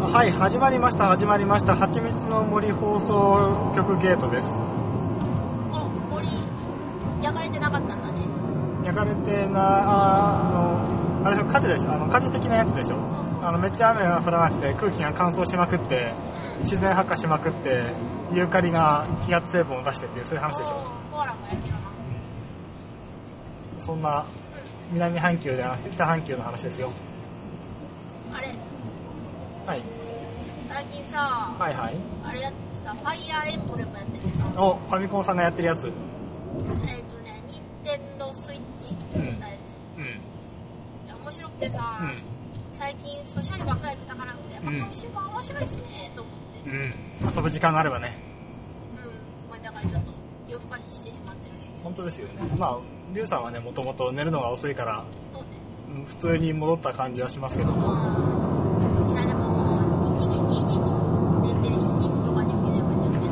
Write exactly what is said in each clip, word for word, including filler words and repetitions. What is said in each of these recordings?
はい、始まりました始まりましたはちみつの森放送局ゲートです。 お、森焼かれてなかったんだね。 焼かれてなああのあれでしょ、火事でしょ、あの火事的なやつでしょ。 そうそうそう、 あのめっちゃ雨が降らなくて空気が乾燥しまくって自然発火しまくってユーカリが揮発成分を出してっていうそういう話でしょ。 コアラも焼けるな。 そんな南半球ではなくて北半球の話ですよ。 あれ、 はい。 最近さ、 はいはい。 あれやってさ、ファイヤーエンブレムやっててさ、 お、ファミコンさんがやってるやつ。 えっ、ー、とね、ニンテンドースイッチみたいなやつ。 うん。 いや面白くてさ、 うん。 最近ソシャゲばっかりやってたから、やっぱ今週も面白いっすねと思って。 うん。遊ぶ時間があればね。 うん。まあだからちょっと夜更かししてしまってる。 本当ですよね。まあリュウさんはね、もともと寝るのが遅いから、 そうね。 うん、普通に戻った感じはしますけども。 いやでもいちじにじに寝てしちじとかに起きればちょっと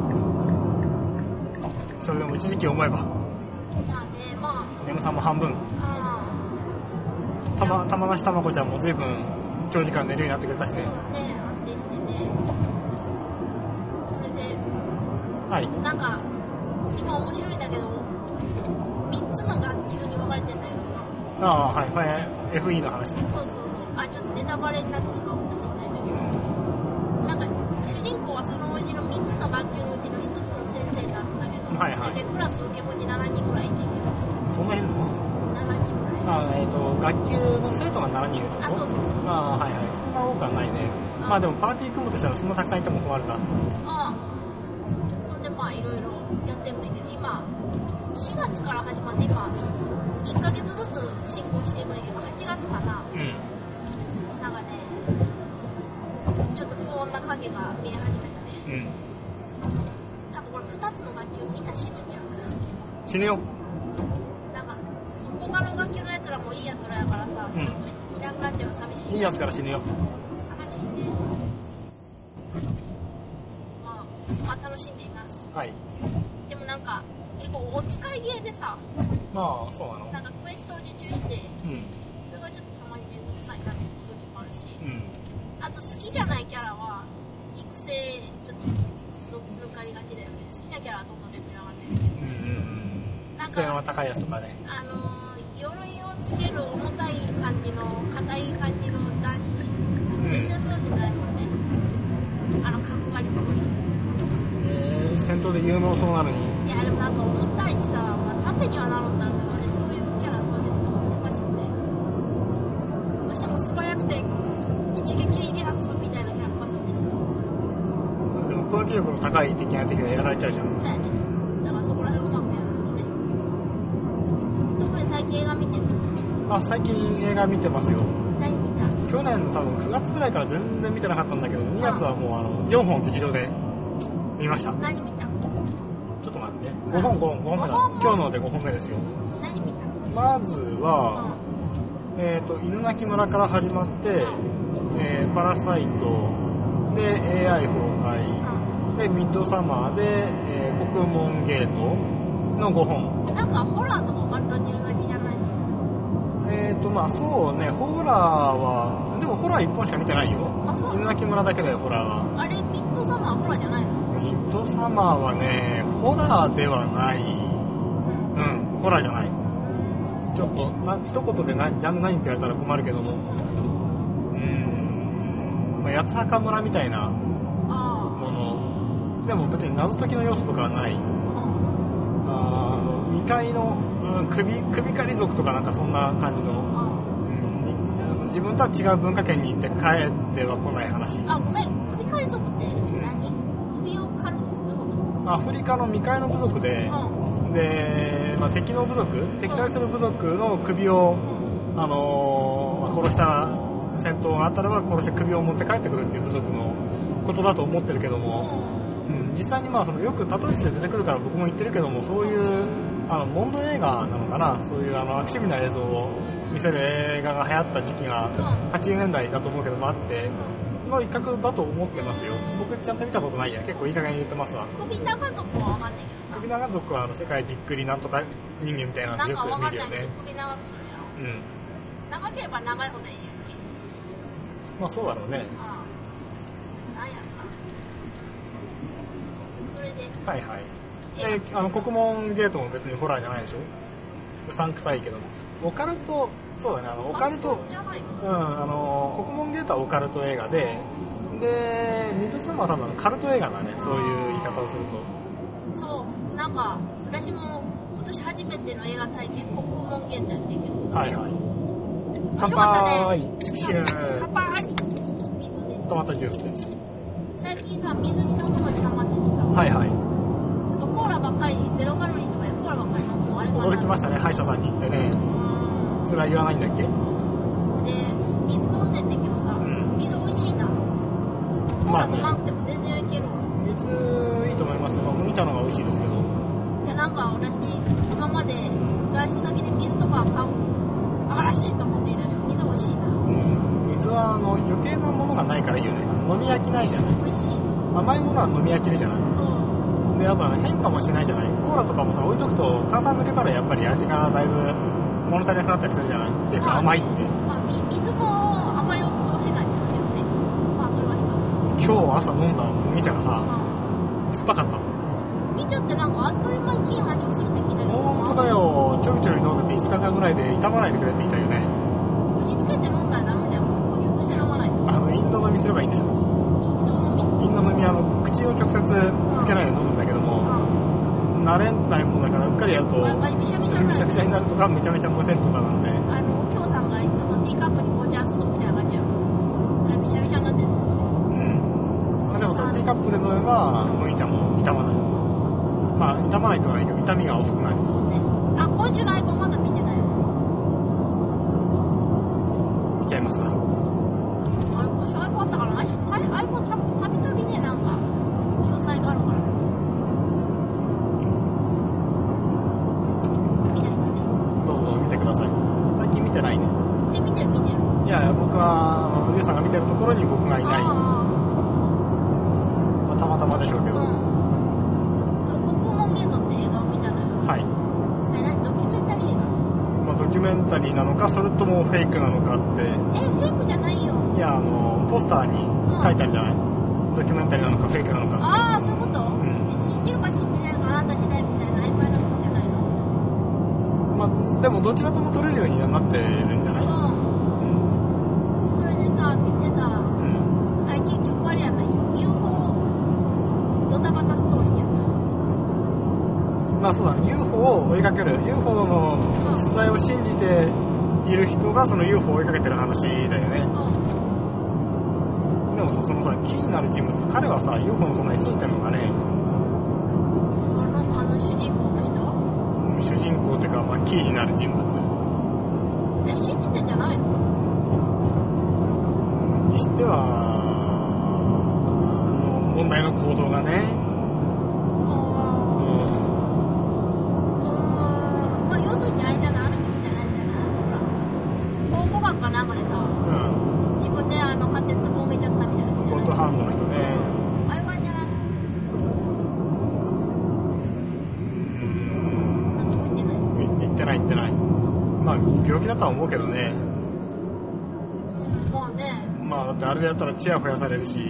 やってる。 それでも一時期思えば。 まあね、まあ。 眠さんも半分。 うん。 たま、玉梨たまこちゃんも随分長時間寝るようになってくれたしね。 ね、安定してね。それで、 はい。 なんか、今面白いんだけど、みっつの学級に分かれてんだけどさ。 ああ、はい。これ エフイー の話ね。 そうそうそう。あ、ちょっとネタバレになってしまうかもしれないんだけど、なんか、主人公はそのうちのみっつの学級のうちのひとつの先生なんだけど、 はいはい。 で、クラス受け持ちしちにんぐらいいてんけど。 そんないるの？ しちにんぐらい。 あ、えっ、ー、と、学級の生徒がしちにんいるってこと？ あ、そうそうそうそう。 ああ、はいはい。そんな多くはないね。まあでもパーティー組むとしたらそんなたくさんいても困るな。 ああ。そんでまあいろいろやってるんだけど、今、しがつから始まって今、いっかげつずつ進行していくんだけど、はちがつかな。 うん。 なんかね、ちょっと不穏な影が見え始めたね。 うん。 多分これふたつの学級みんな死ぬんちゃうかな。 死ぬよ。 なんか、他の学級のやつらもいいやつらやからさ、 うん、 ちょっといなくなっちゃうの寂しい。 いいやつから死ぬよ。 悲しいね。まあ、まあ楽しんでいます。 はい。 でもなんか、結構お使いゲーでさ、 まあ、そうなの？ なんかクエストを受注して、 うん。 それがちょっとたまにめんどくさいなって時もあるし、 うん。 あと好きじゃないキャラは、育成ちょっと抜かりがちだよね。好きなキャラはどんどんレベル上がってるけど。 うんうんうん。 なんそれはか、 高いやつとかね。 あのー、鎧をつける重たい感じの、硬い感じの男子、全然そうじゃないもんね。あの、角刈りっぽい。 えー、戦闘で有能そうなのに。 いや、でもなんか重たいしさ、まあ、縦にはなるんだろうけどね、そういうキャラ育てるの難しくて。どうしても素早くて、一撃で圧みたいなキャラが育てしまう。 でも攻撃力の高い敵が敵でやられちゃうじゃん。 そうやね。だからそこら辺うまくやるのね。特に最近映画見てる？ あ、最近映画見てますよ。 何見た？ 去年多分くがつぐらいから全然見てなかったんだけど、にがつはもうあのよんほん劇場で見ました。 何見た？ ちょっと待って。ごほん、ごほん、ごほんめだ。今日のでごほんめですよ。 何見た？ まずは、えっ、ー、と、犬鳴村から始まって、えー、パラサイト、で、エーアイ 崩壊、で、ミッドサマーで、えー、国門ゲートのごほん。 なんかホラーとか割と似るがちじゃないの？ えっ、ー、と、まあそうね、ホラーは、でもホラーいっぽんしか見てないよ。 あ、そう？ 犬鳴村だけだよ、ホラーは。 あれ、ミッドサマーホラーじゃないの？ ミッドサマーはね、ホラーではない。うん、ホラーじゃない。ちょっとな一言でなジャンル何って言われたら困るけども、うーん、まあ、八つ墓村みたいなものでも別に謎解きの要素とかはない。あの未開の、うん、首首狩り族とかなんかそんな感じの、うん、自分とは違う文化圏に行って帰っては来ない話。 あ、ごめん、首狩り族って何？首を狩るどういうこと？ アフリカの未開の部族で、うん、で、まあ、敵の部族、敵対する部族の首を、あのー、殺した戦闘があったらば殺して首を持って帰ってくるっていう部族のことだと思ってるけども、うん、実際にまあそのよく例えとして出てくるから僕も言ってるけども、そういうあのモンド映画なのかな、そういうあのアクシブな映像を見せる映画が流行った時期がはちじゅうねんだいだと思うけどもあっての一角だと思ってますよ。僕ちゃんと見たことないや、結構いい加減に言ってますわ。 首長族は分かんないけどさ、 首長族はあの世界びっくりなんとか人間みたいなのよく見るよね。 首長族やろ。 うん。 長ければ長いほどいいやんけ。 まあそうだろうね。 ああ、 それで。 はいはい。で、あの、国門ゲートも別にホラーじゃないでしょ。うさんくさいけども。オカルト、そうだね、あの、オカルト、 じゃないうん、あの、国門ゲートはオカルト映画で、で、水妻は多分カルト映画だね、そういう言い方をすると。そう、なんか、私も今年初めての映画体験、国門ゲートやってるけど。 はいはい。 乾杯、 ね、シュー乾杯水で。 トマトジュースで。 最近さ、水に飲むのにハマっててさ。 はいはい。 コーラばっかり、ゼロカロリーとかでコーラばっかり飲むのあれかな。 驚きましたね、歯医者さんに行ってね。それは言わないんだっけ？ で、水飲んでんだけどさ、うん、水美味しいな。コーラ飲まなくても全然いける。 水いいと思いますよ。麦茶の方が美味しいですけど。 いや、なんか私、今まで外出先で水とか買う、新しいと思っていたけど、水美味しいな。 うん。水はあの余計なものがないからいいよね。飲み飽きないじゃない。 美味しい。 甘いものは飲み飽きるじゃない。 うん。 で、あとは変化もしないじゃない。コーラとかもさ、置いとくと炭酸抜けたらやっぱり味がだいぶ物足りなくなったりするじゃない。っていうか甘いって。 まあ、水もあまり置くと変なりするけどね。まあ、それはした。 今日朝飲んだ麦茶がさ、 うん、 酸っぱかった。 麦茶ってなんかあっという間に金繁盛するって聞いたけど。 ほんとだよ。ちょびちょび飲んでていつかかんぐらいで傷まないでくれって言ったよね。 口つけて飲んだらダメだよ。保留して飲まないと。 あの、インド飲みすればいいんでしょ。 インド飲みインド飲みはあの、口を直接つけないで飲むんだけども、うん、慣れないもんだからうっかりやると、 びしゃびしゃびしゃびしゃになるとか、めちゃめちゃ無線とかなんで。 あの、お京さんがいつもティーカップに紅茶注ぐみたいな感じやろ。あれびしゃびしゃになってる。 うん。でもそのティーカップで飲めば、麦茶も傷まない。まあ、傷まないとはいいけど、痛みが遅くなる。 そうね。あ、今週のアイコンまだ見てない。 見ちゃいますか。 あれ、今週アイコンあったからな。アイコンたびたびね、なんか、救済があるからさ。見ないとね。 どうぞ見てください。最近見てないね。 え、見てる見てる。 いやいや、僕は、リュウさんが見てるところに僕がいない。 ああ、そうか。 まあ、たまたまでしょうけど。 うん。そう、国門ゲートって映画を見たのよ。 はい。 え、なに、ドキュメンタリー映画？ まあ、ドキュメンタリーなのか、それともフェイクなのかって。 え、フェイクじゃないよ。 いや、あの、ポスターに書いてあるじゃない、うん、ドキュメンタリーなのか、フェイクなのか。 ああ、そういうこと？ うん。 信じるか信じないかあなた次第みたいな曖昧なことじゃないの？ まあ、でもどちらとも撮れるようにはなってるんじゃない？ うん。それでさ、見てさ、うん、あれ結局あれやな、ユーフォー ドタバタストーリーやな。 まあそうだね、ユーフォー を追いかける。ユーフォー の実在を信じている人がその ユーフォー を追いかけてる話だよね。うん。でもさ、そのさ、キーになる人物、彼はさ、ユーフォー のそんなに信じてるのがね、 あの主人公の人？ 主人公というか、まあ、キーになる人物。 え、信じてんじゃないの？ にしては、あの問題の行動がね。 ああ。うん。まあ、要するにあれじゃない、あの人みたいなやつじゃない。考古学かなんかでさ、うん、自分であの勝手に壺埋めちゃったみたいな。 ゴッドハンドの人ね。 ああいう感じじゃない？ 言ってない言ってない。まあ病気だとは思うけどね。 まあね。 まあだってあれでやったらチヤホヤされるし、うん、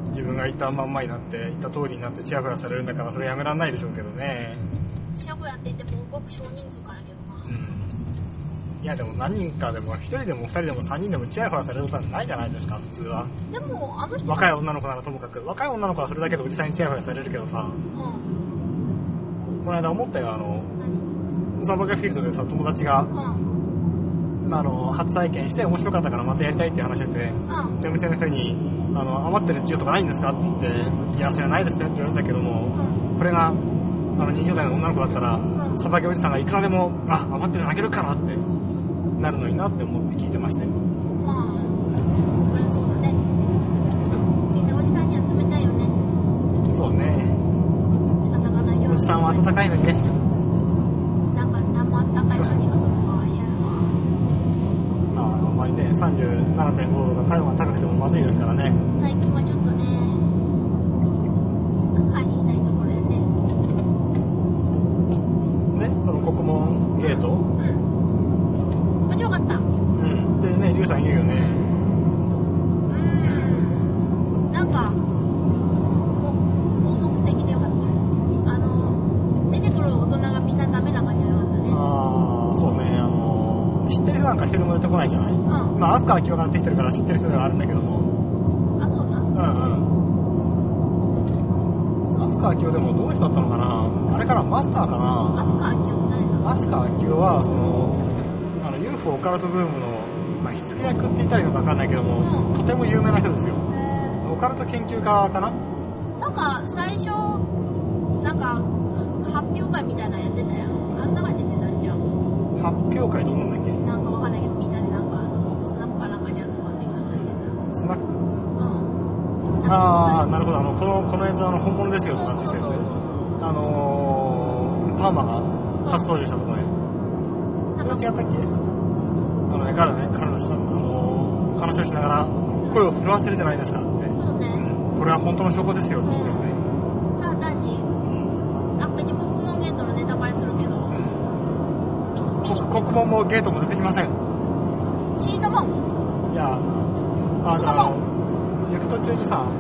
自分が言ったまんまになって言った通りになってチヤホヤされるんだからそれやめらんないでしょうけどね。 チヤホヤって言ってもごく少人数からけどな。 うん。いやでも何人かでもひとりでもふたりでもさんにんでもチヤホヤされることはないじゃないですか普通は。 でもあの人若い女の子ならともかく若い女の子はそれだけでおじさんにチヤホヤされるけどさ。うん。この間思ったよあの。サバカフィールドでさ友達が、うん、あの初体験して面白かったからまたやりたいって話してて、うん、でお店の人にあの余ってる銃とかないんですかって言っていやそれはないですねって言われたけども、うん、これがあのにじゅう代の女の子だったら、うん、サバキおじさんがいくらでもあ余ってるのあげるからってなるのになって思って聞いてましたよ。 まあそれはそうだね。みんなおじさんには冷たいよね。 そうね。 仕方がないよ。 おじさんは温かいのにね。さんじゅうななてんごどとか体温が高くてもまずいですからね。 最近はちょっとね回避したいところやね。 ね、その国門ゲート、うん、 面白かった。 うんでね、リュウさん言うよね。 うんなんか目的か一人も出てこないじゃない、 うん、 まあ飛鳥明夫が出てきてるから知ってる人ではあるんだけども、 あ、そうな。 うんうん。飛鳥明夫でもどういう人だったのかな、あれからマスターかな。 飛鳥明夫って誰だ。 飛鳥明夫はそのあの ユーフォー オカルトブームの、まあ、火付け役って言ったらいいのか分かんないけども、うん、とても有名な人ですよ。オカルト研究家かな。 なんか最初なんか発表会みたいなのやってたよ。あんなが出てたんじゃん。 発表会どんなんだっけ。 なんかわかんないけどみんなでなんかスナックかなんかに集まってくるのやってた。 スナック。 うん。 ああ、なるほど。あのこのこの映像あの本物ですよとかってやつ。あのー、パーマが初登場したところで。それは違ったっけ。あのね、彼ね彼の人あのー、話をしながら声を震わせてるじゃないですかって。 そうね。 うん、これは本当の証拠ですよって言ってですね。 ただ単に、あ、これ自国門ゲートのネタバレするけど、うん、 国門もゲートも出てきません。 シード門。 いや、あの行く途中にさ、うん、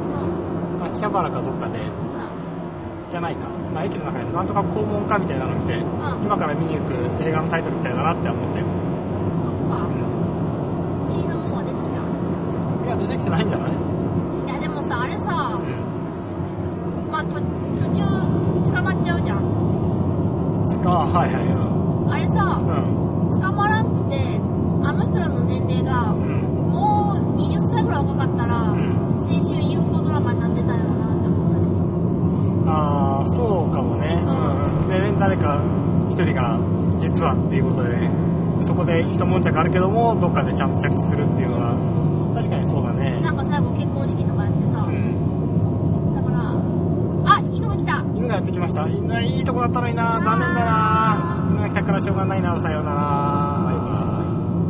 秋葉原かどっかで、うん、じゃないか、まあ、駅の中になんとか肛門かみたいなの見て、うん、今から見に行く映画のタイトルみたいだなって思ってる。 そっか、うん、シード門は出てきた。 いや、出てきてないんじゃない。 いやでもさ、あれさ、うん、まあと途中捕まっちゃうじゃん。 スカー、はいはい、うん、 あれさ、うん、捕まらんくてあの人らの年齢が、うん、もうはたちぐらい若かったら、うん、青春 ユーフォー ドラマになってたよなって思ったね。 ああ、そうかもね、うん、で誰か一人が実はっていうことで、そこで一悶着あるけどもどっかでちゃんと着地するっていうのは確かにそうだね。 なんか最後結婚式とかやってさ、うん、だから、あ、犬が来た。 犬がやってきました。犬はいいとこだったのにな、残念だな。犬が来たからしょうがないな、さようなら。